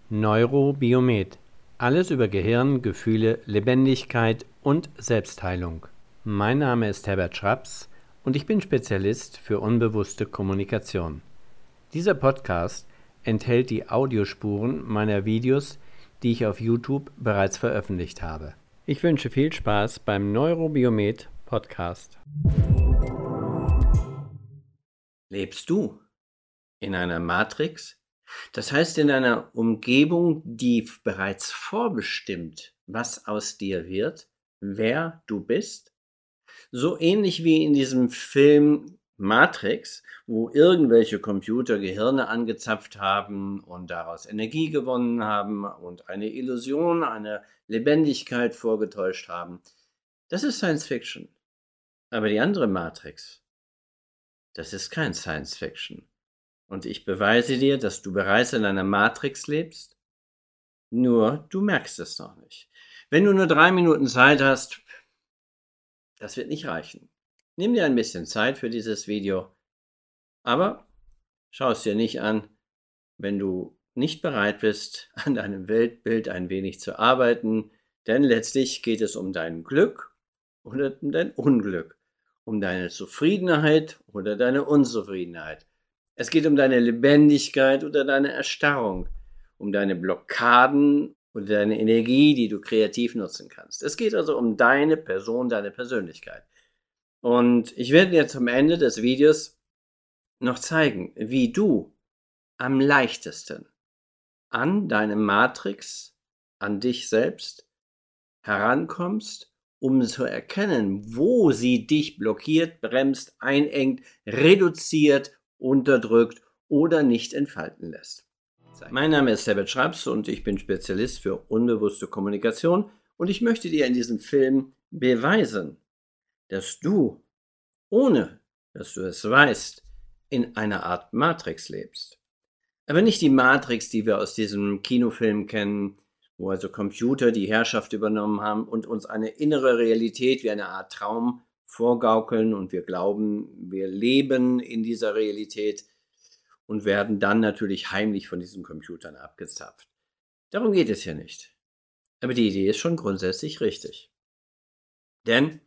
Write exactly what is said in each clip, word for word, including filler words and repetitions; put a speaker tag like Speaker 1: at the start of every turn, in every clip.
Speaker 1: Neurobiomet. Alles über Gehirn, Gefühle, Lebendigkeit und Selbstheilung. Mein Name ist Herbert Schraps und ich bin Spezialist für unbewusste Kommunikation. Dieser Podcast enthält die Audiospuren meiner Videos, die ich auf YouTube bereits veröffentlicht habe. Ich wünsche viel Spaß beim Neurobiomet Podcast.
Speaker 2: Lebst du in einer Matrix? Das heißt, in einer Umgebung, die bereits vorbestimmt, was aus dir wird, wer du bist? So ähnlich wie in diesem Film Matrix, wo irgendwelche Computer Gehirne angezapft haben und daraus Energie gewonnen haben und eine Illusion, eine Lebendigkeit vorgetäuscht haben. Das ist Science Fiction. Aber die andere Matrix, das ist kein Science Fiction. Und ich beweise dir, dass du bereits in einer Matrix lebst, nur du merkst es noch nicht. Wenn du nur drei Minuten Zeit hast, das wird nicht reichen. Nimm dir ein bisschen Zeit für dieses Video, aber schau es dir nicht an, wenn du nicht bereit bist, an deinem Weltbild ein wenig zu arbeiten, denn letztlich geht es um dein Glück oder um dein Unglück, um deine Zufriedenheit oder deine Unzufriedenheit. Es geht um deine Lebendigkeit oder deine Erstarrung, um deine Blockaden oder deine Energie, die du kreativ nutzen kannst. Es geht also um deine Person, deine Persönlichkeit. Und ich werde dir zum Ende des Videos noch zeigen, wie du am leichtesten an deine Matrix, an dich selbst herankommst, um zu erkennen, wo sie dich blockiert, bremst, einengt, reduziert, unterdrückt oder nicht entfalten lässt. Mein Name ist Herbert Schraps und ich bin Spezialist für unbewusste Kommunikation und ich möchte dir in diesem Film beweisen, dass du, ohne dass du es weißt, in einer Art Matrix lebst. Aber nicht die Matrix, die wir aus diesem Kinofilm kennen, wo also Computer die Herrschaft übernommen haben und uns eine innere Realität wie eine Art Traum vorgaukeln und wir glauben, wir leben in dieser Realität und werden dann natürlich heimlich von diesen Computern abgezapft. Darum geht es hier nicht. Aber die Idee ist schon grundsätzlich richtig. Denn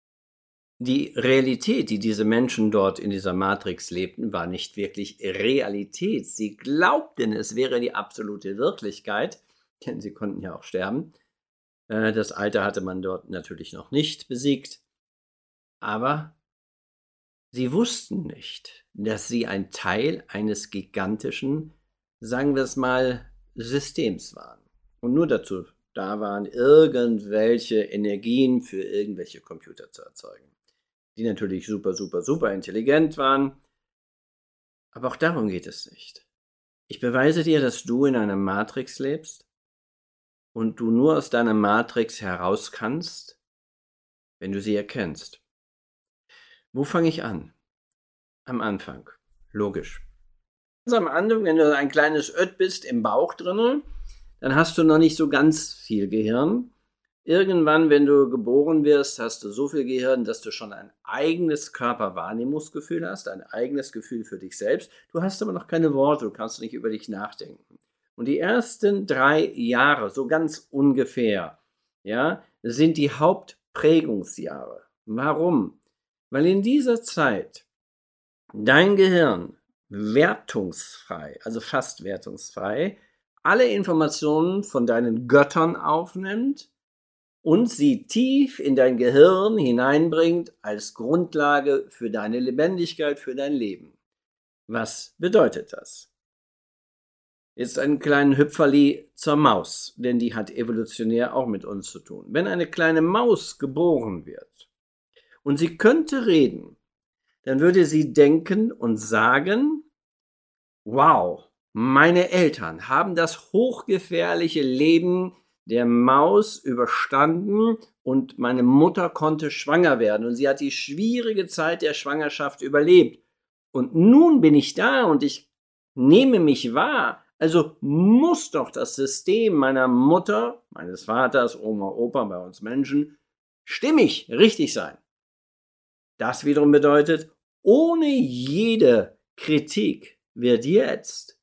Speaker 2: die Realität, die diese Menschen dort in dieser Matrix lebten, war nicht wirklich Realität. Sie glaubten, es wäre die absolute Wirklichkeit, denn sie konnten ja auch sterben. Das Alter hatte man dort natürlich noch nicht besiegt. Aber sie wussten nicht, dass sie ein Teil eines gigantischen, sagen wir es mal, Systems waren. Und nur dazu da waren, irgendwelche Energien für irgendwelche Computer zu erzeugen. Die natürlich super, super, super intelligent waren. Aber auch darum geht es nicht. Ich beweise dir, dass du in einer Matrix lebst und du nur aus deiner Matrix heraus kannst, wenn du sie erkennst. Wo fange ich an? Am Anfang. Logisch. Ganz am Anfang, wenn du ein kleines Ött bist im Bauch drin, dann hast du noch nicht so ganz viel Gehirn. Irgendwann, wenn du geboren wirst, hast du so viel Gehirn, dass du schon ein eigenes Körperwahrnehmungsgefühl hast, ein eigenes Gefühl für dich selbst. Du hast aber noch keine Worte, du kannst nicht über dich nachdenken. Und die ersten drei Jahre, so ganz ungefähr, ja, sind die Hauptprägungsjahre. Warum? Weil in dieser Zeit dein Gehirn wertungsfrei, also fast wertungsfrei, alle Informationen von deinen Göttern aufnimmt und sie tief in dein Gehirn hineinbringt als Grundlage für deine Lebendigkeit, für dein Leben. Was bedeutet das? Jetzt einen kleinen Hüpferli zur Maus, denn die hat evolutionär auch mit uns zu tun. Wenn eine kleine Maus geboren wird, und sie könnte reden, dann würde sie denken und sagen, wow, meine Eltern haben das hochgefährliche Leben der Maus überstanden und meine Mutter konnte schwanger werden und sie hat die schwierige Zeit der Schwangerschaft überlebt. Und nun bin ich da und ich nehme mich wahr, also muss doch das System meiner Mutter, meines Vaters, Oma, Opa, bei uns Menschen, stimmig, richtig sein. Das wiederum bedeutet, ohne jede Kritik wird jetzt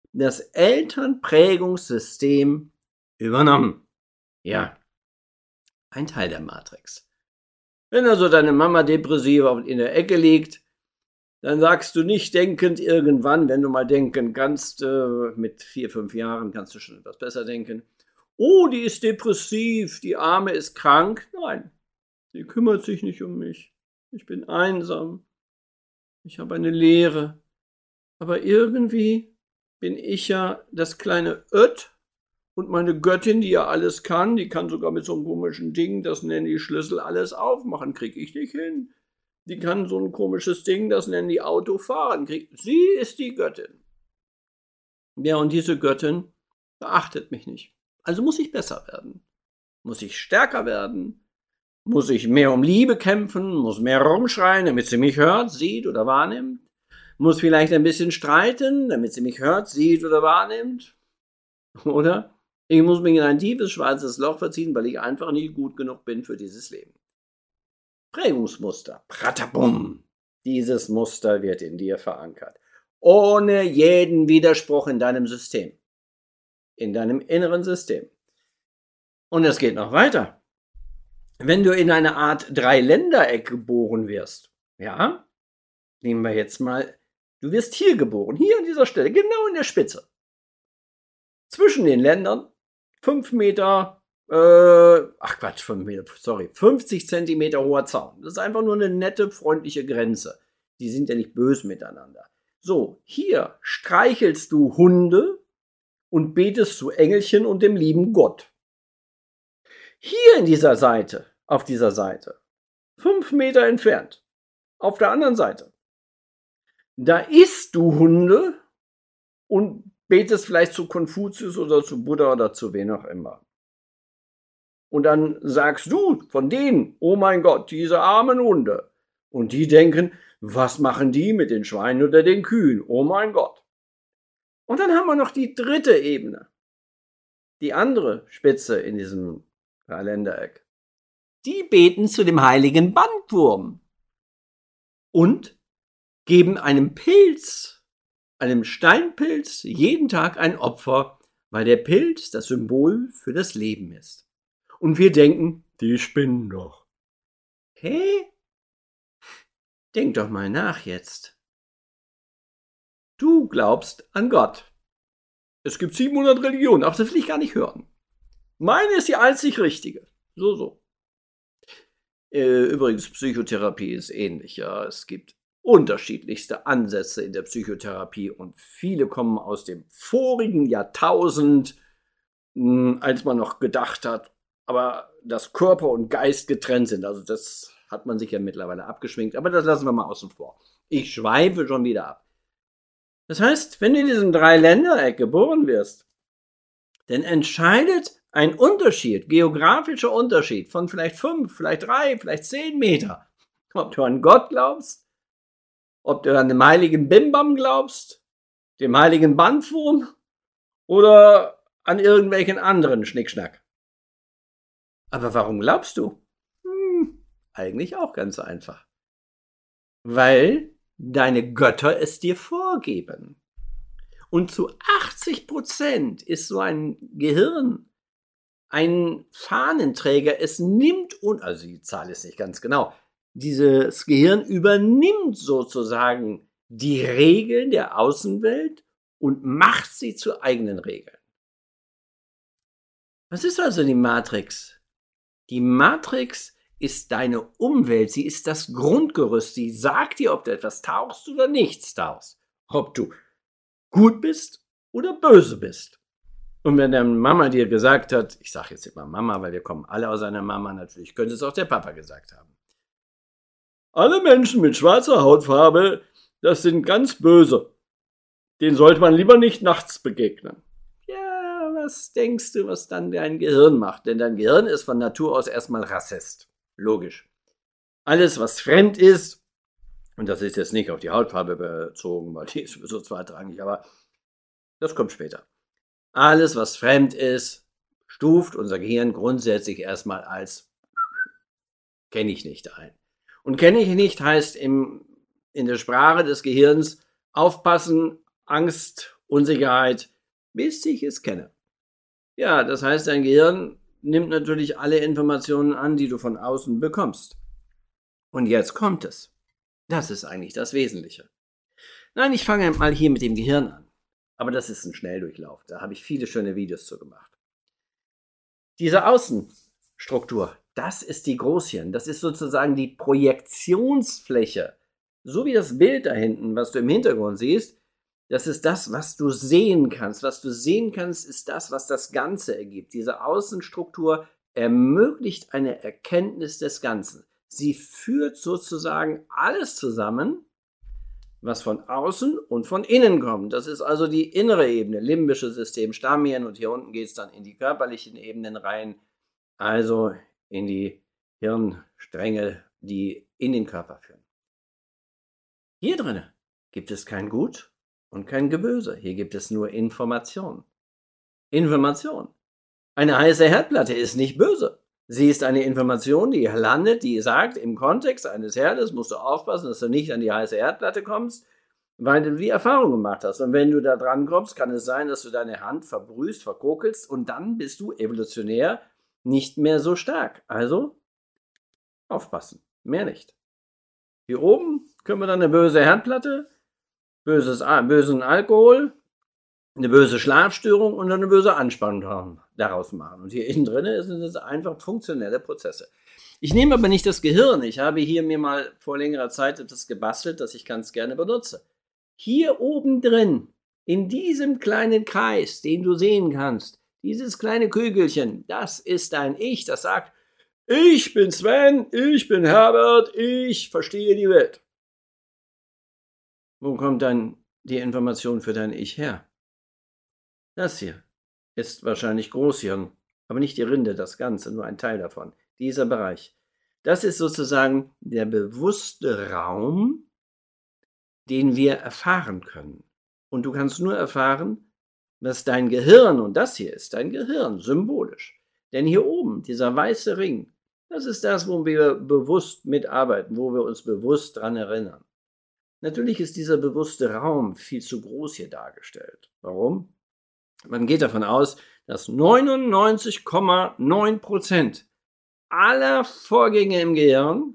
Speaker 2: das Elternprägungssystem übernommen. Ja, ein Teil der Matrix. Wenn also deine Mama depressiv in der Ecke liegt, dann sagst du nicht denkend irgendwann, wenn du mal denken kannst, äh, mit vier, fünf Jahren kannst du schon etwas besser denken, oh, die ist depressiv, die Arme ist krank. Nein, sie kümmert sich nicht um mich. Ich bin einsam. Ich habe eine Leere. Aber irgendwie bin ich ja das kleine Ött und meine Göttin, die ja alles kann, die kann sogar mit so einem komischen Ding, das nennen die Schlüssel, alles aufmachen, kriege ich nicht hin. Die kann so ein komisches Ding, das nennen die Autofahren, krieg. Sie ist die Göttin. Ja, und diese Göttin beachtet mich nicht. Also muss ich besser werden. Muss ich stärker werden. Muss ich mehr um Liebe kämpfen, muss mehr rumschreien, damit sie mich hört, sieht oder wahrnimmt. Muss vielleicht ein bisschen streiten, damit sie mich hört, sieht oder wahrnimmt. Oder ich muss mich in ein tiefes, schwarzes Loch verziehen, weil ich einfach nicht gut genug bin für dieses Leben. Prägungsmuster. Pratabum. Dieses Muster wird in dir verankert. Ohne jeden Widerspruch in deinem System. In deinem inneren System. Und es geht noch weiter. Wenn du in eine Art Dreiländereck geboren wirst, ja, nehmen wir jetzt mal, du wirst hier geboren, hier an dieser Stelle, genau in der Spitze. Zwischen den Ländern, fünf Meter, äh, ach Quatsch, fünf Meter, sorry, fünfzig Zentimeter hoher Zaun. Das ist einfach nur eine nette, freundliche Grenze. Die sind ja nicht böse miteinander. So, hier streichelst du Hunde und betest zu Engelchen und dem lieben Gott. Hier in dieser Seite, auf dieser Seite, fünf Meter entfernt, auf der anderen Seite, da isst du Hunde und betest vielleicht zu Konfuzius oder zu Buddha oder zu wen auch immer. Und dann sagst du von denen, oh mein Gott, diese armen Hunde. Und die denken, was machen die mit den Schweinen oder den Kühen? Oh mein Gott. Und dann haben wir noch die dritte Ebene. Die andere Spitze in diesem Dreiländereck. Die beten zu dem heiligen Bandwurm und geben einem Pilz, einem Steinpilz, jeden Tag ein Opfer, weil der Pilz das Symbol für das Leben ist. Und wir denken, die spinnen doch. Hä? Denk doch mal nach jetzt. Du glaubst an Gott. Es gibt siebenhundert Religionen, aber das will ich gar nicht hören. Meine ist die einzig richtige. So, so. Übrigens, Psychotherapie ist ähnlich. Ja. Es gibt unterschiedlichste Ansätze in der Psychotherapie und viele kommen aus dem vorigen Jahrtausend, als man noch gedacht hat, aber dass Körper und Geist getrennt sind. Also das hat man sich ja mittlerweile abgeschminkt, aber das lassen wir mal außen vor. Ich schweife schon wieder ab. Das heißt, wenn du in diesem Dreiländereck geboren wirst, dann entscheidet ein Unterschied, geografischer Unterschied von vielleicht fünf, vielleicht drei, vielleicht zehn Meter. Ob du an Gott glaubst, ob du an den heiligen Bimbam glaubst, dem heiligen Bandwurm oder an irgendwelchen anderen Schnickschnack. Aber warum glaubst du? Hm, eigentlich auch ganz einfach. Weil deine Götter es dir vorgeben. Und zu achtzig Prozent ist so ein Gehirn ein Fahnenträger. Es nimmt, und also die Zahl ist nicht ganz genau, dieses Gehirn übernimmt sozusagen die Regeln der Außenwelt und macht sie zu eigenen Regeln. Was ist also die Matrix? Die Matrix ist deine Umwelt, sie ist das Grundgerüst, sie sagt dir, ob du etwas tauchst oder nichts tauchst, ob du gut bist oder böse bist. Und wenn deine Mama dir gesagt hat, ich sage jetzt immer Mama, weil wir kommen alle aus einer Mama, natürlich könnte es auch der Papa gesagt haben. Alle Menschen mit schwarzer Hautfarbe, das sind ganz böse. Denen sollte man lieber nicht nachts begegnen. Ja, was denkst du, was dann dein Gehirn macht? Denn dein Gehirn ist von Natur aus erstmal Rassist. Logisch. Alles, was fremd ist, und das ist jetzt nicht auf die Hautfarbe bezogen, weil die ist sowieso zweitrangig, aber das kommt später. Alles, was fremd ist, stuft unser Gehirn grundsätzlich erstmal als kenne ich nicht ein. Und kenne ich nicht heißt im, in der Sprache des Gehirns aufpassen, Angst Unsicherheit, bis ich es kenne. Ja, das heißt, dein Gehirn nimmt natürlich alle Informationen an, die du von außen bekommst. Und jetzt kommt es. Das ist eigentlich das Wesentliche. Nein, ich fange mal hier mit dem Gehirn an. Aber das ist ein Schnelldurchlauf. Da habe ich viele schöne Videos zu gemacht. Diese Außenstruktur, das ist die Großhirn. Das ist sozusagen die Projektionsfläche. So wie das Bild da hinten, was du im Hintergrund siehst, das ist das, was du sehen kannst. Was du sehen kannst, ist das, was das Ganze ergibt. Diese Außenstruktur ermöglicht eine Erkenntnis des Ganzen. Sie führt sozusagen alles zusammen, was von außen und von innen kommt. Das ist also die innere Ebene, limbische System, Stammhirn, und hier unten geht es dann in die körperlichen Ebenen rein, also in die Hirnstränge, die in den Körper führen. Hier drin gibt es kein Gut und kein Geböse. Hier gibt es nur Information. Information. Eine heiße Herdplatte ist nicht böse. Sie ist eine Information, die landet, die sagt, im Kontext eines Herdes musst du aufpassen, dass du nicht an die heiße Herdplatte kommst, weil du die Erfahrung gemacht hast. Und wenn du da dran kommst, kann es sein, dass du deine Hand verbrühst, verkokelst, und dann bist du evolutionär nicht mehr so stark. Also aufpassen, mehr nicht. Hier oben können wir dann eine böse Herdplatte, böses, bösen Alkohol, eine böse Schlafstörung und eine böse Anspannung daraus machen. Und hier innen drin sind es einfach funktionelle Prozesse. Ich nehme aber nicht das Gehirn. Ich habe hier mir mal vor längerer Zeit etwas gebastelt, das ich ganz gerne benutze. Hier oben drin, in diesem kleinen Kreis, den du sehen kannst, dieses kleine Kügelchen, das ist dein Ich, das sagt, ich bin Sven, ich bin Herbert, ich verstehe die Welt. Wo kommt dann die Information für dein Ich her? Das hier ist wahrscheinlich Großhirn, aber nicht die Rinde, das Ganze, nur ein Teil davon. Dieser Bereich. Das ist sozusagen der bewusste Raum, den wir erfahren können. Und du kannst nur erfahren, was dein Gehirn, und das hier ist dein Gehirn, symbolisch. Denn hier oben, dieser weiße Ring, das ist das, wo wir bewusst mitarbeiten, wo wir uns bewusst daran erinnern. Natürlich ist dieser bewusste Raum viel zu groß hier dargestellt. Warum? Man geht davon aus, dass neunundneunzig Komma neun Prozent aller Vorgänge im Gehirn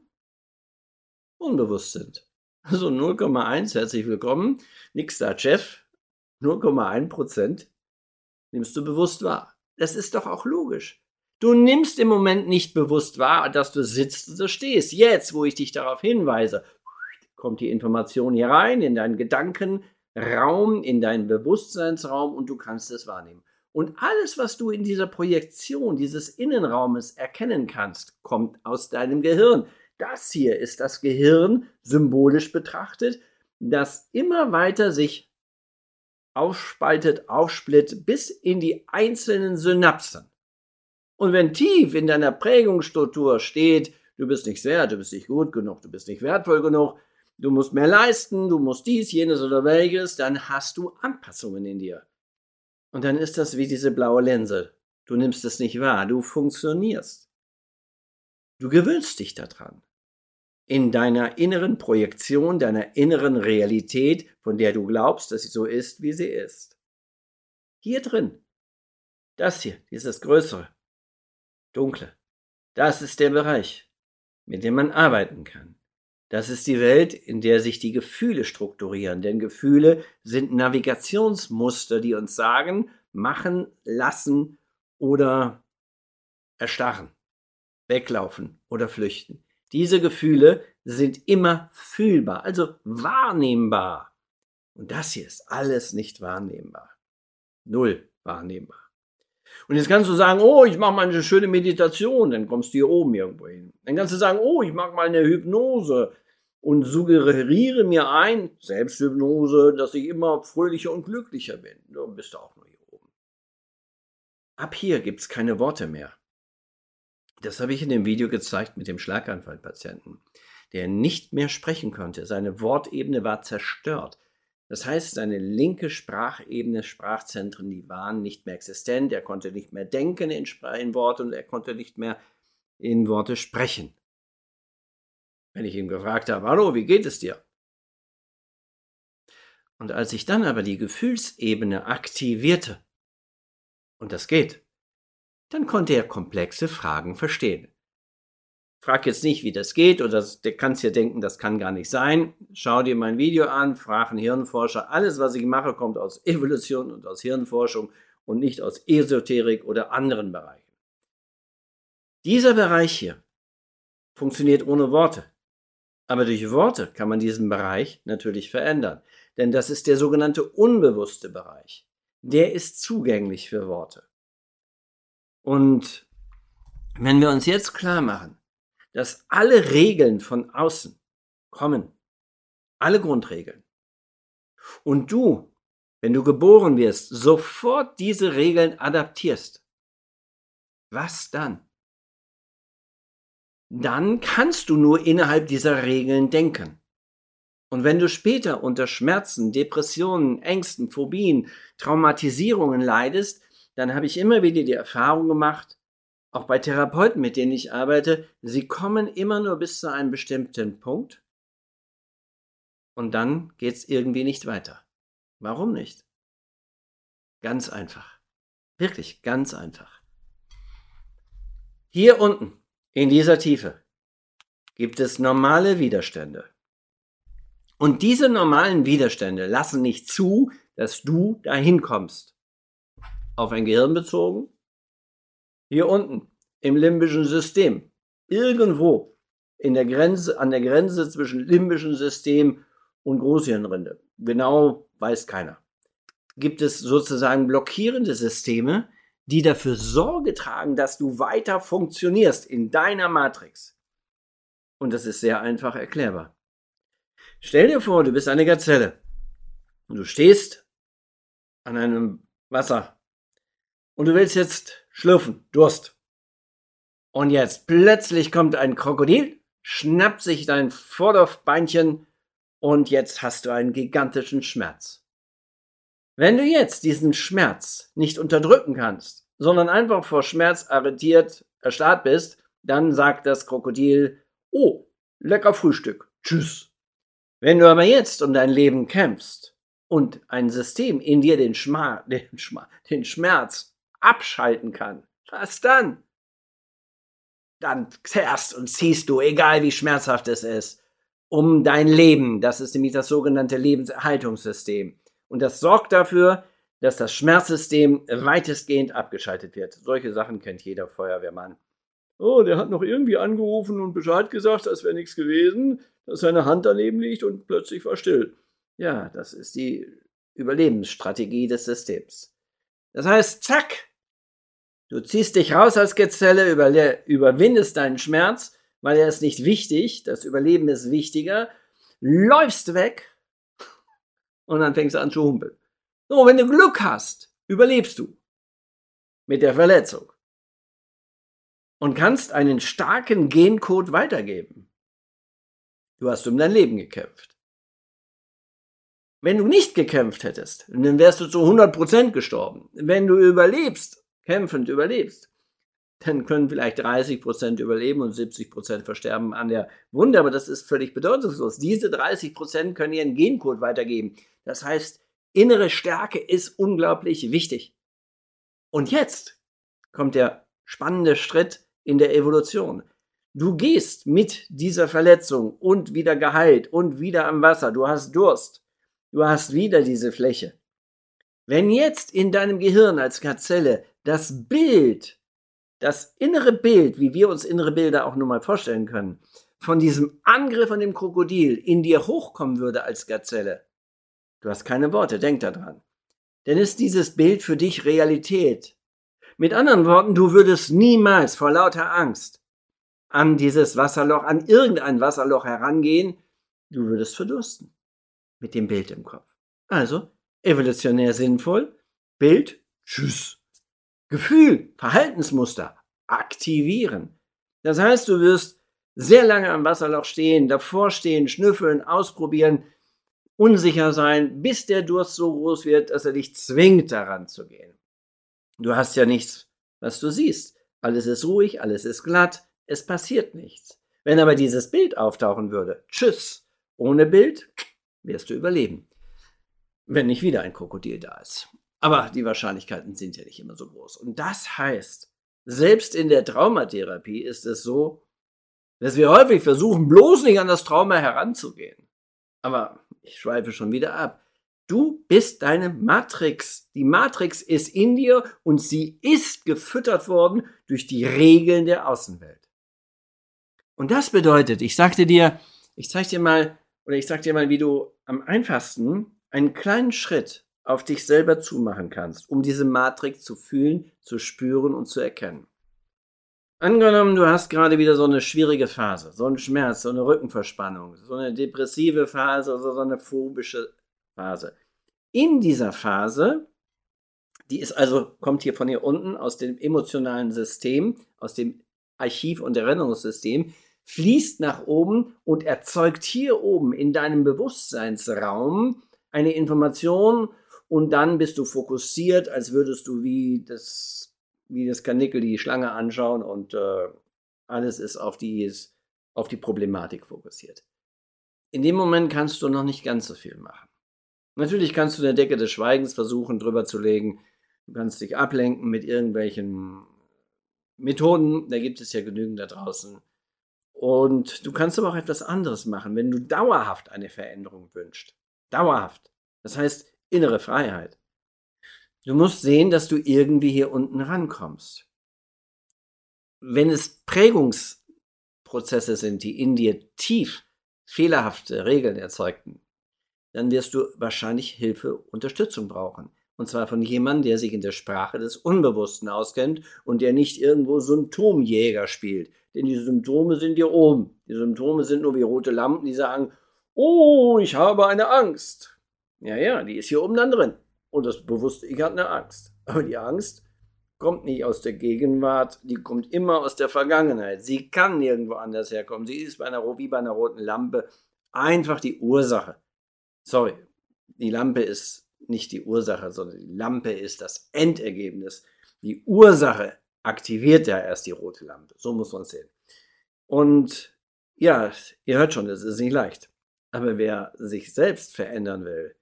Speaker 2: unbewusst sind. Also null Komma eins, herzlich willkommen, nix da, Chef, null Komma eins Prozent nimmst du bewusst wahr. Das ist doch auch logisch. Du nimmst im Moment nicht bewusst wahr, dass du sitzt oder stehst. Jetzt, wo ich dich darauf hinweise, kommt die Information hier rein in deinen Gedankenraum, in deinen Bewusstseinsraum, und du kannst es wahrnehmen. Und alles, was du in dieser Projektion dieses Innenraumes erkennen kannst, kommt aus deinem Gehirn. Das hier ist das Gehirn, symbolisch betrachtet, das immer weiter sich aufspaltet, aufsplitt bis in die einzelnen Synapsen. Und wenn tief in deiner Prägungsstruktur steht, du bist nicht wert, du bist nicht gut genug, du bist nicht wertvoll genug, du musst mehr leisten, du musst dies, jenes oder welches, dann hast du Anpassungen in dir. Und dann ist das wie diese blaue Linse. Du nimmst es nicht wahr, du funktionierst. Du gewöhnst dich daran. In deiner inneren Projektion, deiner inneren Realität, von der du glaubst, dass sie so ist, wie sie ist. Hier drin, das hier, dieses Größere, Dunkle, das ist der Bereich, mit dem man arbeiten kann. Das ist die Welt, in der sich die Gefühle strukturieren. Denn Gefühle sind Navigationsmuster, die uns sagen, machen, lassen oder erstarren, weglaufen oder flüchten. Diese Gefühle sind immer fühlbar, also wahrnehmbar. Und das hier ist alles nicht wahrnehmbar. Null wahrnehmbar. Und jetzt kannst du sagen, oh, ich mache mal eine schöne Meditation, dann kommst du hier oben irgendwo hin. Dann kannst du sagen, oh, ich mache mal eine Hypnose und suggeriere mir ein, Selbsthypnose, dass ich immer fröhlicher und glücklicher bin. Dann bist du auch nur hier oben. Ab hier gibt es keine Worte mehr. Das habe ich in dem Video gezeigt mit dem Schlaganfallpatienten, der nicht mehr sprechen konnte. Seine Wortebene war zerstört. Das heißt, seine linke Sprachebene, Sprachzentren, die waren nicht mehr existent. Er konnte nicht mehr denken in, in Worte und er konnte nicht mehr in Worte sprechen. Wenn ich ihn gefragt habe, hallo, wie geht es dir? Und als ich dann aber die Gefühlsebene aktivierte, und das geht, dann konnte er komplexe Fragen verstehen. Frag jetzt nicht, wie das geht, oder du kannst dir denken, das kann gar nicht sein. Schau dir mein Video an, frag einen Hirnforscher. Alles, was ich mache, kommt aus Evolution und aus Hirnforschung und nicht aus Esoterik oder anderen Bereichen. Dieser Bereich hier funktioniert ohne Worte. Aber durch Worte kann man diesen Bereich natürlich verändern. Denn das ist der sogenannte unbewusste Bereich. Der ist zugänglich für Worte. Und wenn wir uns jetzt klar machen, dass alle Regeln von außen kommen, alle Grundregeln, und du, wenn du geboren wirst, sofort diese Regeln adaptierst, was dann? Dann kannst du nur innerhalb dieser Regeln denken. Und wenn du später unter Schmerzen, Depressionen, Ängsten, Phobien, Traumatisierungen leidest, dann habe ich immer wieder die Erfahrung gemacht, auch bei Therapeuten, mit denen ich arbeite, sie kommen immer nur bis zu einem bestimmten Punkt und dann geht es irgendwie nicht weiter. Warum nicht? Ganz einfach. Wirklich ganz einfach. Hier unten, in dieser Tiefe, gibt es normale Widerstände. Und diese normalen Widerstände lassen nicht zu, dass du dahin kommst. Auf ein Gehirn bezogen, hier unten im limbischen System, irgendwo in der Grenze, an der Grenze zwischen limbischem System und Großhirnrinde, genau weiß keiner, gibt es sozusagen blockierende Systeme, die dafür Sorge tragen, dass du weiter funktionierst in deiner Matrix. Und das ist sehr einfach erklärbar. Stell dir vor, du bist eine Gazelle und du stehst an einem Wasser und du willst jetzt schlürfen, Durst. Und jetzt plötzlich kommt ein Krokodil, schnappt sich dein Vorderbeinchen und jetzt hast du einen gigantischen Schmerz. Wenn du jetzt diesen Schmerz nicht unterdrücken kannst, sondern einfach vor Schmerz arretiert, erstarrt bist, dann sagt das Krokodil, oh, lecker Frühstück, tschüss. Wenn du aber jetzt um dein Leben kämpfst und ein System in dir den, Schma den, Schma den Schmerz abschalten kann, was dann? Dann zerrst und ziehst du, egal wie schmerzhaft es ist, um dein Leben. Das ist nämlich das sogenannte Lebenserhaltungssystem. Und das sorgt dafür, dass das Schmerzsystem weitestgehend abgeschaltet wird. Solche Sachen kennt jeder Feuerwehrmann. Oh, der hat noch irgendwie angerufen und Bescheid gesagt, das wäre nichts gewesen, dass seine Hand daneben liegt und plötzlich war still. Ja, das ist die Überlebensstrategie des Systems. Das heißt, zack, du ziehst dich raus als Gazelle, überwindest deinen Schmerz, weil er ist nicht wichtig, das Überleben ist wichtiger, läufst weg und dann fängst du an zu humpeln. So, wenn du Glück hast, überlebst du mit der Verletzung und kannst einen starken Gencode weitergeben. Du hast um dein Leben gekämpft. Wenn du nicht gekämpft hättest, dann wärst du zu hundert Prozent gestorben. Wenn du überlebst, kämpfend überlebst, dann können vielleicht dreißig Prozent überleben und siebzig Prozent versterben an der Wunde, aber das ist völlig bedeutungslos. Diese dreißig Prozent können ihren Gencode weitergeben. Das heißt, innere Stärke ist unglaublich wichtig. Und jetzt kommt der spannende Schritt in der Evolution. Du gehst mit dieser Verletzung und wieder geheilt und wieder am Wasser. Du hast Durst. Du hast wieder diese Fläche. Wenn jetzt in deinem Gehirn als Gazelle das Bild, das innere Bild, wie wir uns innere Bilder auch nur mal vorstellen können, von diesem Angriff an dem Krokodil in dir hochkommen würde als Gazelle, du hast keine Worte, denk daran. Denn ist dieses Bild für dich Realität. Mit anderen Worten, du würdest niemals vor lauter Angst an dieses Wasserloch, an irgendein Wasserloch herangehen, du würdest verdursten. Mit dem Bild im Kopf. Also, evolutionär sinnvoll, Bild, tschüss. Gefühl, Verhaltensmuster, aktivieren. Das heißt, du wirst sehr lange am Wasserloch stehen, davor stehen, schnüffeln, ausprobieren, unsicher sein, bis der Durst so groß wird, dass er dich zwingt, daran zu gehen. Du hast ja nichts, was du siehst. Alles ist ruhig, alles ist glatt, es passiert nichts. Wenn aber dieses Bild auftauchen würde, tschüss, ohne Bild wirst du überleben. wenn nicht wieder ein Krokodil da ist. Aber die Wahrscheinlichkeiten sind ja nicht immer so groß. Und das heißt, selbst in der Traumatherapie ist es so, dass wir häufig versuchen, bloß nicht an das Trauma heranzugehen. Aber ich schweife schon wieder ab. Du bist deine Matrix. Die Matrix ist in dir und sie ist gefüttert worden durch die Regeln der Außenwelt. Und das bedeutet, ich sagte dir, ich zeig dir mal, oder ich sag dir mal, wie du am einfachsten einen kleinen Schritt auf dich selber zumachen kannst, um diese Matrix zu fühlen, zu spüren und zu erkennen. Angenommen, du hast gerade wieder so eine schwierige Phase, so einen Schmerz, so eine Rückenverspannung, so eine depressive Phase oder so eine phobische Phase. In dieser Phase, die ist also, kommt hier von hier unten aus dem emotionalen System, aus dem Archiv- und Erinnerungssystem, fließt nach oben und erzeugt hier oben in deinem Bewusstseinsraum eine Information und dann bist du fokussiert, als würdest du wie das, wie das Karnickel die Schlange anschauen und äh, alles ist auf die, ist auf die Problematik fokussiert. In dem Moment kannst du noch nicht ganz so viel machen. Natürlich kannst du eine Decke des Schweigens versuchen, drüber zu legen. Du kannst dich ablenken mit irgendwelchen Methoden, da gibt es ja genügend da draußen. Und du kannst aber auch etwas anderes machen, wenn du dauerhaft eine Veränderung wünschst. Dauerhaft. Das heißt innere Freiheit. Du musst sehen, dass du irgendwie hier unten rankommst. Wenn es Prägungsprozesse sind, die in dir tief fehlerhafte Regeln erzeugten, dann wirst du wahrscheinlich Hilfe, Unterstützung brauchen. Und zwar von jemandem, der sich in der Sprache des Unbewussten auskennt und der nicht irgendwo Symptomjäger spielt. Denn die Symptome sind hier oben. Die Symptome sind nur wie rote Lampen, die sagen, oh, ich habe eine Angst. Ja, ja, die ist hier oben dann drin. Und das bewusste Ich hat eine Angst. Aber die Angst kommt nicht aus der Gegenwart, die kommt immer aus der Vergangenheit. Sie kann nirgendwo anders herkommen. Sie ist bei einer, wie bei einer roten Lampe einfach die Ursache. Sorry, die Lampe ist nicht die Ursache, sondern die Lampe ist das Endergebnis. Die Ursache aktiviert ja erst die rote Lampe. So muss man es sehen. Und ja, ihr hört schon, es ist nicht leicht. Aber wer sich selbst verändern will,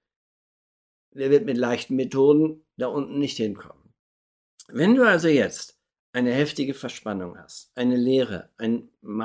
Speaker 2: der wird mit leichten Methoden da unten nicht hinkommen. Wenn du also jetzt eine heftige Verspannung hast, eine Leere, einen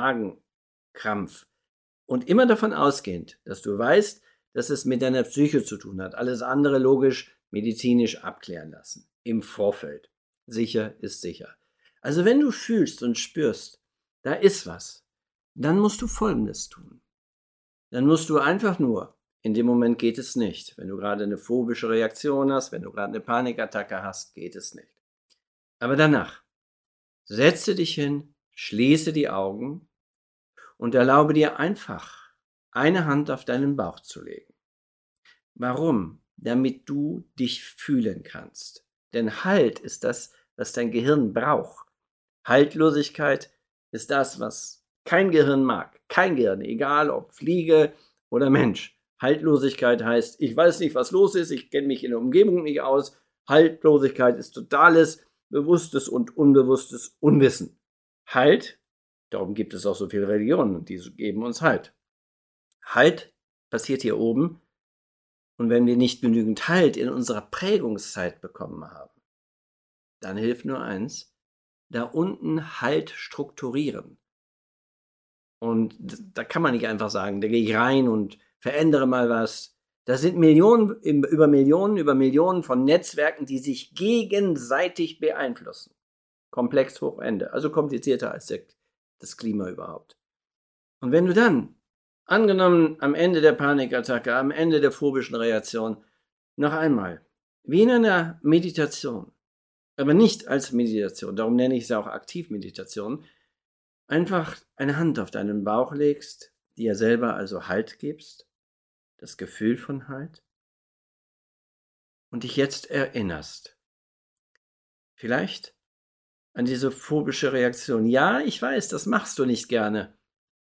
Speaker 2: Magenkrampf und immer davon ausgehend, dass du weißt, dass es mit deiner Psyche zu tun hat, alles andere logisch, medizinisch abklären lassen, im Vorfeld. Sicher ist sicher. Also wenn du fühlst und spürst, da ist was, dann musst du Folgendes tun. Dann musst du einfach nur, in dem Moment geht es nicht. Wenn du gerade eine phobische Reaktion hast, wenn du gerade eine Panikattacke hast, geht es nicht. Aber danach, setze dich hin, schließe die Augen und erlaube dir einfach, eine Hand auf deinen Bauch zu legen. Warum? Damit du dich fühlen kannst. Denn Halt ist das, was dein Gehirn braucht. Haltlosigkeit ist das, was kein Gehirn mag. Kein Gehirn, egal ob Fliege oder Mensch. Haltlosigkeit heißt, ich weiß nicht, was los ist, ich kenne mich in der Umgebung nicht aus. Haltlosigkeit ist totales, bewusstes und unbewusstes Unwissen. Halt, darum gibt es auch so viele Religionen, die geben uns Halt. Halt passiert hier oben. Und wenn wir nicht genügend Halt in unserer Prägungszeit bekommen haben, dann hilft nur eins, da unten Halt strukturieren. Und da kann man nicht einfach sagen, da gehe ich rein und verändere mal was. Das sind Millionen, über Millionen, über Millionen von Netzwerken, die sich gegenseitig beeinflussen. Komplex hoch Ende, also komplizierter als das Klima überhaupt. Und wenn du dann angenommen, am Ende der Panikattacke, am Ende der phobischen Reaktion, noch einmal, wie in einer Meditation, aber nicht als Meditation, darum nenne ich es auch Aktivmeditation, einfach eine Hand auf deinen Bauch legst, dir selber also Halt gibst, das Gefühl von Halt, und dich jetzt erinnerst. Vielleicht an diese phobische Reaktion. Ja, ich weiß, das machst du nicht gerne.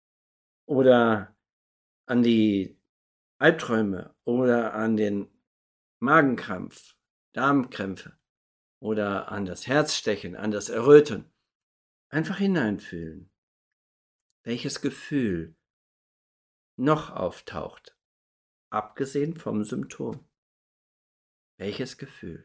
Speaker 2: Oder an die Albträume oder an den Magenkrampf, Darmkrämpfe oder an das Herzstechen, an das Erröten. Einfach hineinfühlen, welches Gefühl noch auftaucht, abgesehen vom Symptom. Welches Gefühl?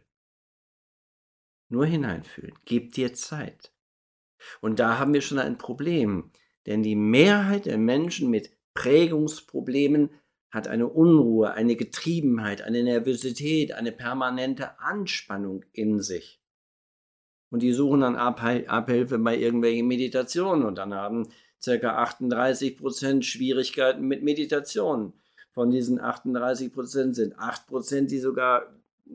Speaker 2: Nur hineinfühlen. Gib dir Zeit. Und da haben wir schon ein Problem, denn die Mehrheit der Menschen mit Prägungsproblemen hat eine Unruhe, eine Getriebenheit, eine Nervosität, eine permanente Anspannung in sich. Und die suchen dann Abhil- Abhilfe bei irgendwelchen Meditationen und dann haben ca. achtunddreißig Prozent Schwierigkeiten mit Meditation. Von diesen achtunddreißig Prozent sind acht Prozent, die sogar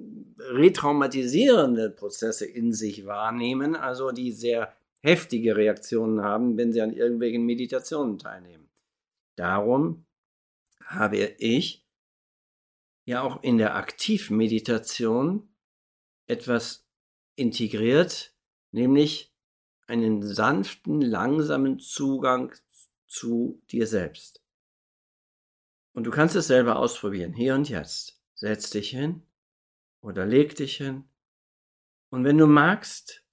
Speaker 2: retraumatisierende Prozesse in sich wahrnehmen, also die sehr heftige Reaktionen haben, wenn sie an irgendwelchen Meditationen teilnehmen. Darum habe ich ja auch in der Aktivmeditation etwas integriert, nämlich einen sanften, langsamen Zugang zu dir selbst. Und du kannst es selber ausprobieren, hier und jetzt. Setz dich hin oder leg dich hin. Und wenn du magst,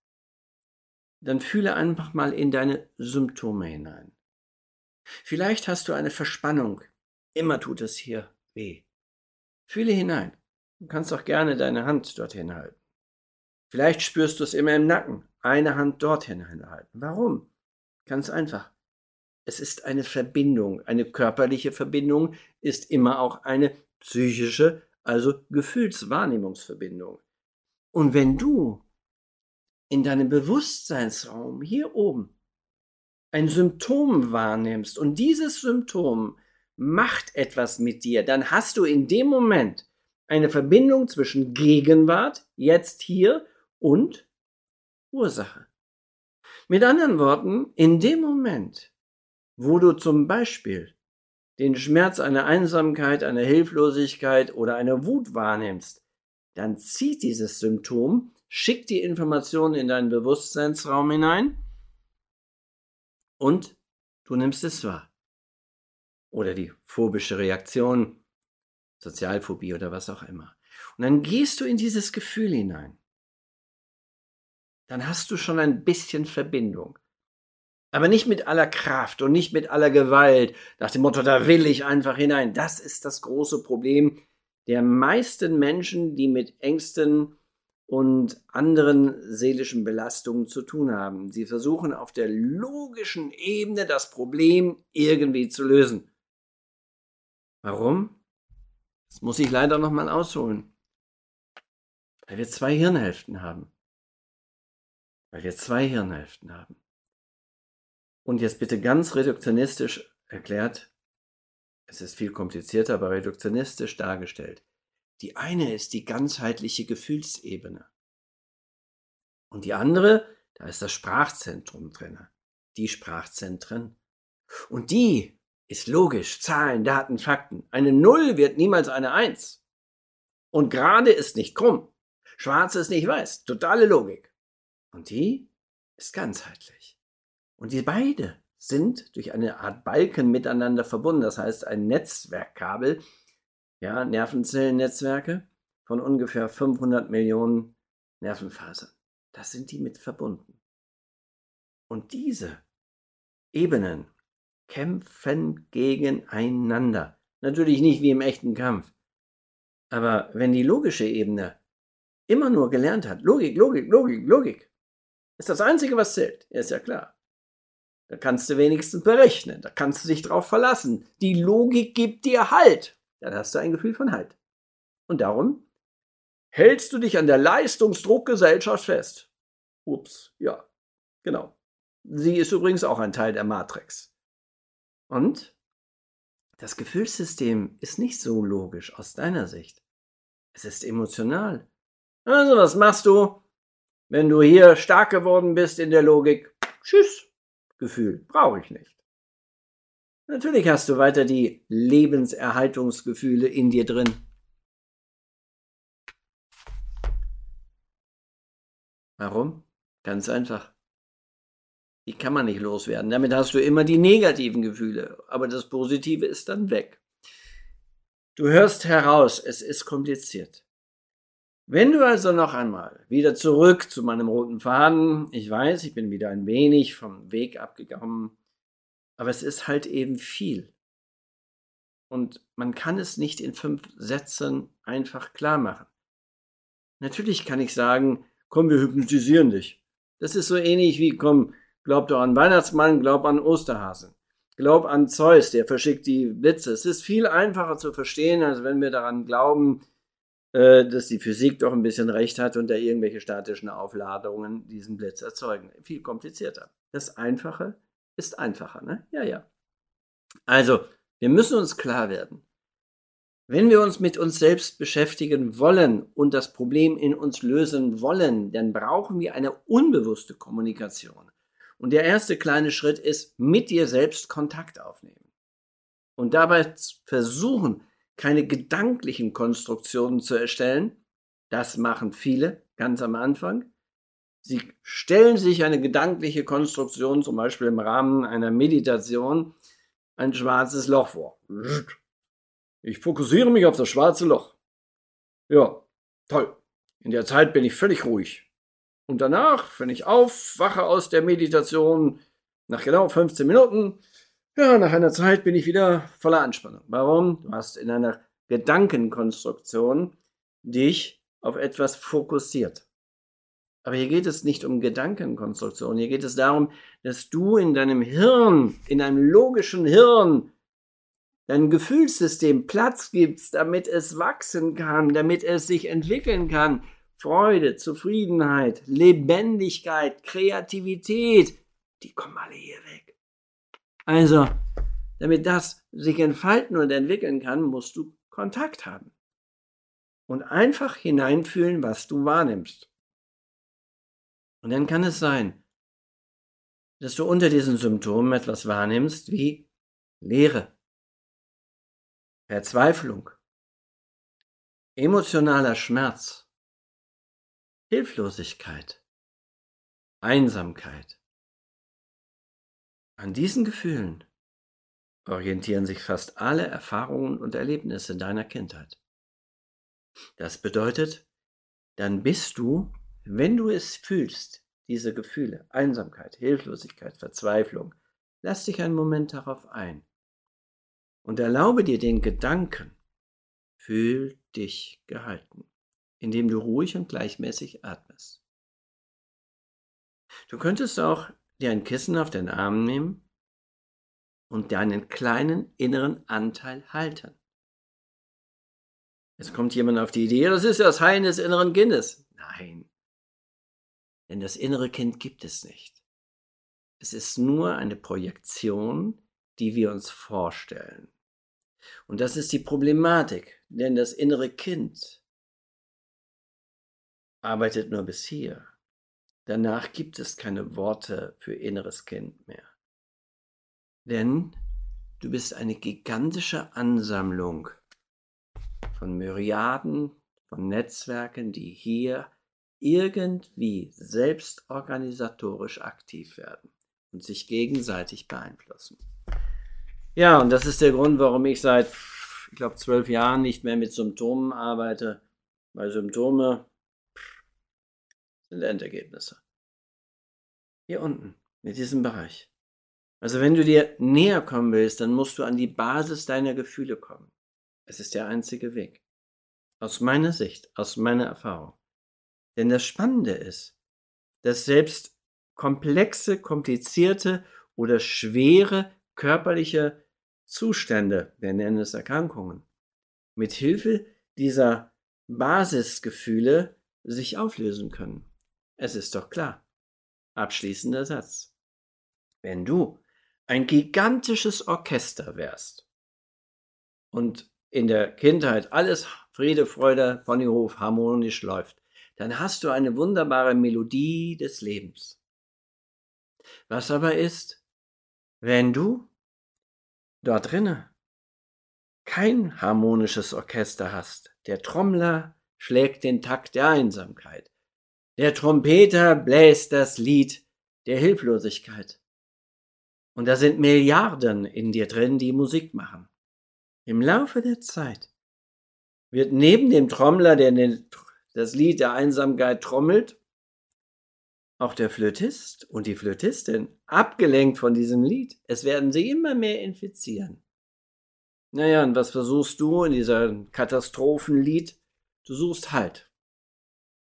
Speaker 2: dann fühle einfach mal in deine Symptome hinein. Vielleicht hast du eine Verspannung. Immer tut es hier weh. Fühle hinein. Du kannst auch gerne deine Hand dorthin halten. Vielleicht spürst du es immer im Nacken. Eine Hand dorthin hinhalten. Warum? Ganz einfach. Es ist eine Verbindung. Eine körperliche Verbindung ist immer auch eine psychische, also Gefühlswahrnehmungsverbindung. Und wenn du in deinem Bewusstseinsraum hier oben ein Symptom wahrnimmst und dieses Symptom macht etwas mit dir, dann hast du in dem Moment eine Verbindung zwischen Gegenwart, jetzt hier, und Ursache. Mit anderen Worten, in dem Moment, wo du zum Beispiel den Schmerz einer Einsamkeit, einer Hilflosigkeit oder einer Wut wahrnimmst, dann zieht dieses Symptom, schickt die Information in deinen Bewusstseinsraum hinein und du nimmst es wahr. Oder die phobische Reaktion, Sozialphobie oder was auch immer. Und dann gehst du in dieses Gefühl hinein. Dann hast du schon ein bisschen Verbindung. Aber nicht mit aller Kraft und nicht mit aller Gewalt, nach dem Motto, da will ich einfach hinein. Das ist das große Problem der meisten Menschen, die mit Ängsten und anderen seelischen Belastungen zu tun haben. Sie versuchen auf der logischen Ebene das Problem irgendwie zu lösen. Warum? Das muss ich leider nochmal ausholen. Weil wir zwei Hirnhälften haben. Weil wir zwei Hirnhälften haben. Und jetzt bitte ganz reduktionistisch erklärt, es ist viel komplizierter, aber reduktionistisch dargestellt. Die eine ist die ganzheitliche Gefühlsebene. Und die andere, da ist das Sprachzentrum drin. Die Sprachzentren. Und die ist logisch. Zahlen, Daten, Fakten. Eine Null wird niemals eine Eins. Und gerade ist nicht krumm. Schwarz ist nicht weiß. Totale Logik. Und die ist ganzheitlich. Und die beide sind durch eine Art Balken miteinander verbunden. Das heißt, ein Netzwerkkabel, ja, Nervenzellennetzwerke von ungefähr fünfhundert Millionen Nervenfasern. Das sind die mit verbunden. Und diese Ebenen kämpfen gegeneinander. Natürlich nicht wie im echten Kampf. Aber wenn die logische Ebene immer nur gelernt hat, Logik, Logik, Logik, Logik, ist das Einzige, was zählt. Ja, ist ja klar. Da kannst du wenigstens berechnen. Da kannst du dich drauf verlassen. Die Logik gibt dir Halt. Dann hast du ein Gefühl von Halt. Und darum hältst du dich an der Leistungsdruckgesellschaft fest. Ups, ja, genau. Sie ist übrigens auch ein Teil der Matrix. Und das Gefühlssystem ist nicht so logisch aus deiner Sicht. Es ist emotional. Also, was machst du, wenn du hier stark geworden bist in der Logik? Tschüss. Gefühl brauche ich nicht. Natürlich hast du weiter die Lebenserhaltungsgefühle in dir drin. Warum? Ganz einfach. Die kann man nicht loswerden. Damit hast du immer die negativen Gefühle, aber das Positive ist dann weg. Du hörst heraus, es ist kompliziert. Wenn du also noch einmal wieder zurück zu meinem roten Faden, ich weiß, ich bin wieder ein wenig vom Weg abgekommen, aber es ist halt eben viel. Und man kann es nicht in fünf Sätzen einfach klar machen. Natürlich kann ich sagen, komm, wir hypnotisieren dich. Das ist so ähnlich wie, komm, glaub doch an Weihnachtsmann, glaub an Osterhasen. Glaub an Zeus, der verschickt die Blitze. Es ist viel einfacher zu verstehen, als wenn wir daran glauben, äh, dass die Physik doch ein bisschen recht hat und da irgendwelche statischen Aufladungen diesen Blitz erzeugen. Viel komplizierter. Das Einfache ist einfacher, ne? Ja, ja. Also, wir müssen uns klar werden, wenn wir uns mit uns selbst beschäftigen wollen und das Problem in uns lösen wollen, dann brauchen wir eine unbewusste Kommunikation. Und der erste kleine Schritt ist, mit dir selbst Kontakt aufnehmen. Und dabei versuchen, keine gedanklichen Konstruktionen zu erstellen. Das machen viele ganz am Anfang. Sie stellen sich eine gedankliche Konstruktion, zum Beispiel im Rahmen einer Meditation, ein schwarzes Loch vor. Ich fokussiere mich auf das schwarze Loch. Ja, toll. In der Zeit bin ich völlig ruhig. Und danach, wenn ich aufwache aus der Meditation, nach genau fünfzehn Minuten, ja, nach einer Zeit bin ich wieder voller Anspannung. Warum? Du hast in einer Gedankenkonstruktion dich auf etwas fokussiert. Aber hier geht es nicht um Gedankenkonstruktion. Hier geht es darum, dass du in deinem Hirn, in einem logischen Hirn, dein Gefühlssystem Platz gibst, damit es wachsen kann, damit es sich entwickeln kann. Freude, Zufriedenheit, Lebendigkeit, Kreativität, die kommen alle hier weg. Also, damit das sich entfalten und entwickeln kann, musst du Kontakt haben. Und einfach hineinfühlen, was du wahrnimmst. Und dann kann es sein, dass du unter diesen Symptomen etwas wahrnimmst wie Leere, Verzweiflung, emotionaler Schmerz, Hilflosigkeit, Einsamkeit. An diesen Gefühlen orientieren sich fast alle Erfahrungen und Erlebnisse deiner Kindheit. Das bedeutet, dann bist du, wenn du es fühlst, diese Gefühle, Einsamkeit, Hilflosigkeit, Verzweiflung, lass dich einen Moment darauf ein und erlaube dir den Gedanken, fühl dich gehalten, indem du ruhig und gleichmäßig atmest. Du könntest auch dir ein Kissen auf den Arm nehmen und deinen kleinen inneren Anteil halten. Jetzt kommt jemand auf die Idee, das ist das Heilen des inneren Kindes. Nein, denn das innere Kind gibt es nicht. Es ist nur eine Projektion, die wir uns vorstellen. Und das ist die Problematik, denn das innere Kind arbeitet nur bis hier. Danach gibt es keine Worte für inneres Kind mehr. Denn du bist eine gigantische Ansammlung von Myriaden von Netzwerken, die hier irgendwie selbstorganisatorisch aktiv werden und sich gegenseitig beeinflussen. Ja, und das ist der Grund, warum ich seit, ich glaube, zwölf Jahren nicht mehr mit Symptomen arbeite, weil Symptome sind Endergebnisse. Hier unten, in diesem Bereich. Also wenn du dir näher kommen willst, dann musst du an die Basis deiner Gefühle kommen. Es ist der einzige Weg. Aus meiner Sicht, aus meiner Erfahrung. Denn das Spannende ist, dass selbst komplexe, komplizierte oder schwere körperliche Zustände, wir nennen es Erkrankungen, mit Hilfe dieser Basisgefühle sich auflösen können. Es ist doch klar. Abschließender Satz. Wenn du ein gigantisches Orchester wärst und in der Kindheit alles Friede, Freude, Ponyhof harmonisch läuft, dann hast du eine wunderbare Melodie des Lebens. Was aber ist, wenn du dort drinnen kein harmonisches Orchester hast? Der Trommler schlägt den Takt der Einsamkeit. Der Trompeter bläst das Lied der Hilflosigkeit. Und da sind Milliarden in dir drin, die Musik machen. Im Laufe der Zeit wird neben dem Trommler, der den, das Lied der Einsamkeit trommelt, auch der Flötist und die Flötistin abgelenkt von diesem Lied. Es werden sie immer mehr infizieren. Naja, und was versuchst du in dieser Katastrophenlied? Du suchst Halt.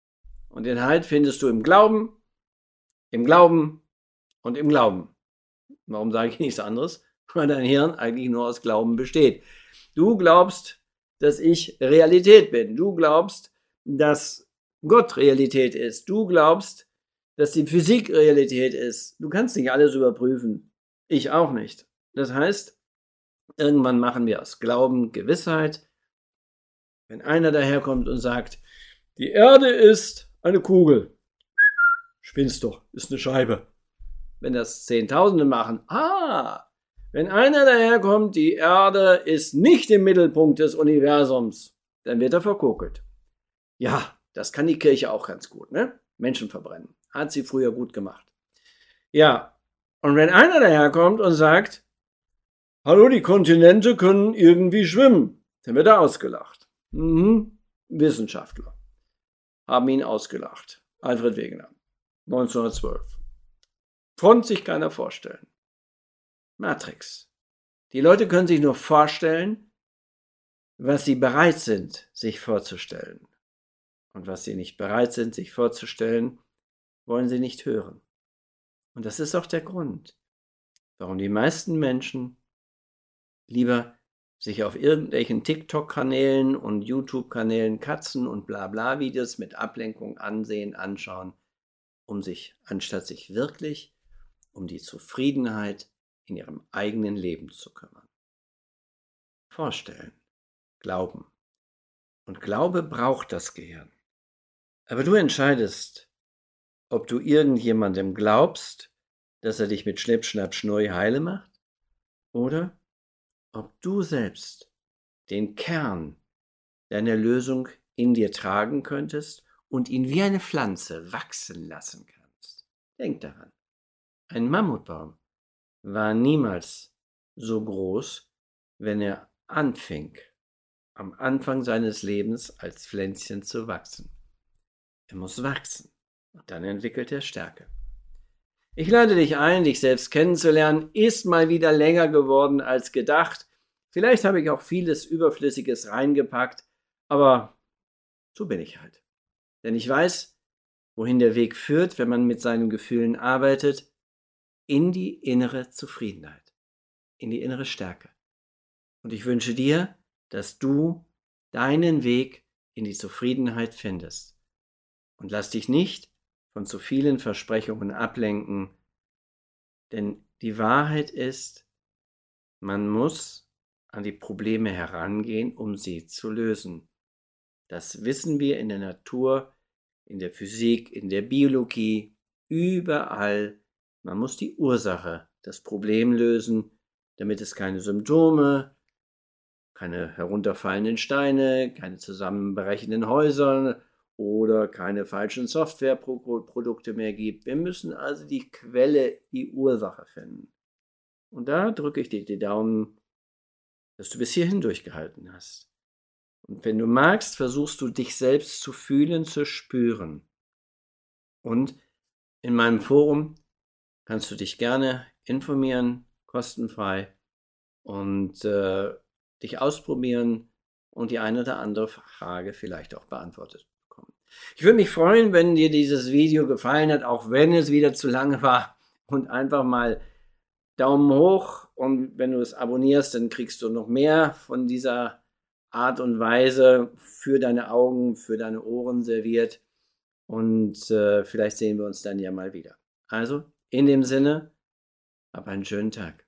Speaker 2: Und den Halt findest du im Glauben, im Glauben und im Glauben. Warum sage ich nichts anderes? Weil dein Hirn eigentlich nur aus Glauben besteht. Du glaubst, dass ich Realität bin. Du glaubst, dass Gott Realität ist. Du glaubst, dass die Physik Realität ist. Du kannst nicht alles überprüfen. Ich auch nicht. Das heißt, irgendwann machen wir aus Glauben Gewissheit. Wenn einer daherkommt und sagt, die Erde ist eine Kugel. Spinnst doch, ist eine Scheibe. Wenn das Zehntausende machen, ah, wenn einer daherkommt, die Erde ist nicht im Mittelpunkt des Universums, dann wird er verkokelt. Ja, das kann die Kirche auch ganz gut, ne? Menschen verbrennen. Hat sie früher gut gemacht. Ja, und wenn einer daherkommt und sagt, hallo, die Kontinente können irgendwie schwimmen, dann wird er ausgelacht. Mhm. Wissenschaftler haben ihn ausgelacht. Alfred Wegener, neunzehnhundertzwölf. Konnte sich keiner vorstellen. Matrix. Die Leute können sich nur vorstellen, was sie bereit sind, sich vorzustellen. Und was sie nicht bereit sind, sich vorzustellen, wollen sie nicht hören. Und das ist auch der Grund, warum die meisten Menschen lieber sich auf irgendwelchen TikTok-Kanälen und YouTube-Kanälen Katzen- und Blabla-Videos mit Ablenkung ansehen, anschauen, um sich, anstatt sich wirklich um die Zufriedenheit in ihrem eigenen Leben zu kümmern. Vorstellen, glauben. Und Glaube braucht das Gehirn. Aber du entscheidest, ob du irgendjemandem glaubst, dass er dich mit Schnipp, Schnapp, Schnurri heile macht, oder ob du selbst den Kern deiner Lösung in dir tragen könntest und ihn wie eine Pflanze wachsen lassen kannst. Denk daran. Ein Mammutbaum war niemals so groß, wenn er anfing, am Anfang seines Lebens als Pflänzchen zu wachsen. Er muss wachsen und dann entwickelt er Stärke. Ich lade dich ein, dich selbst kennenzulernen. Ist mal wieder länger geworden als gedacht. Vielleicht habe ich auch vieles Überflüssiges reingepackt, aber so bin ich halt. Denn ich weiß, wohin der Weg führt, wenn man mit seinen Gefühlen arbeitet, in die innere Zufriedenheit, in die innere Stärke. Und ich wünsche dir, dass du deinen Weg in die Zufriedenheit findest. Und lass dich nicht von zu vielen Versprechungen ablenken, denn die Wahrheit ist, man muss an die Probleme herangehen, um sie zu lösen. Das wissen wir in der Natur, in der Physik, in der Biologie, überall. Man muss die Ursache, das Problem lösen, damit es keine Symptome, keine herunterfallenden Steine, keine zusammenbrechenden Häuser oder keine falschen Softwareprodukte mehr gibt. Wir müssen also die Quelle, die Ursache finden. Und da drücke ich dir die Daumen, dass du bis hierhin durchgehalten hast. Und wenn du magst, versuchst du dich selbst zu fühlen, zu spüren. Und in meinem Forum kannst du dich gerne informieren, kostenfrei, und äh, dich ausprobieren und die eine oder andere Frage vielleicht auch beantwortet bekommen. Ich würde mich freuen, wenn dir dieses Video gefallen hat, auch wenn es wieder zu lange war, und einfach mal Daumen hoch, und wenn du es abonnierst, dann kriegst du noch mehr von dieser Art und Weise für deine Augen, für deine Ohren serviert, und äh, vielleicht sehen wir uns dann ja mal wieder. Also, in dem Sinne, hab einen schönen Tag.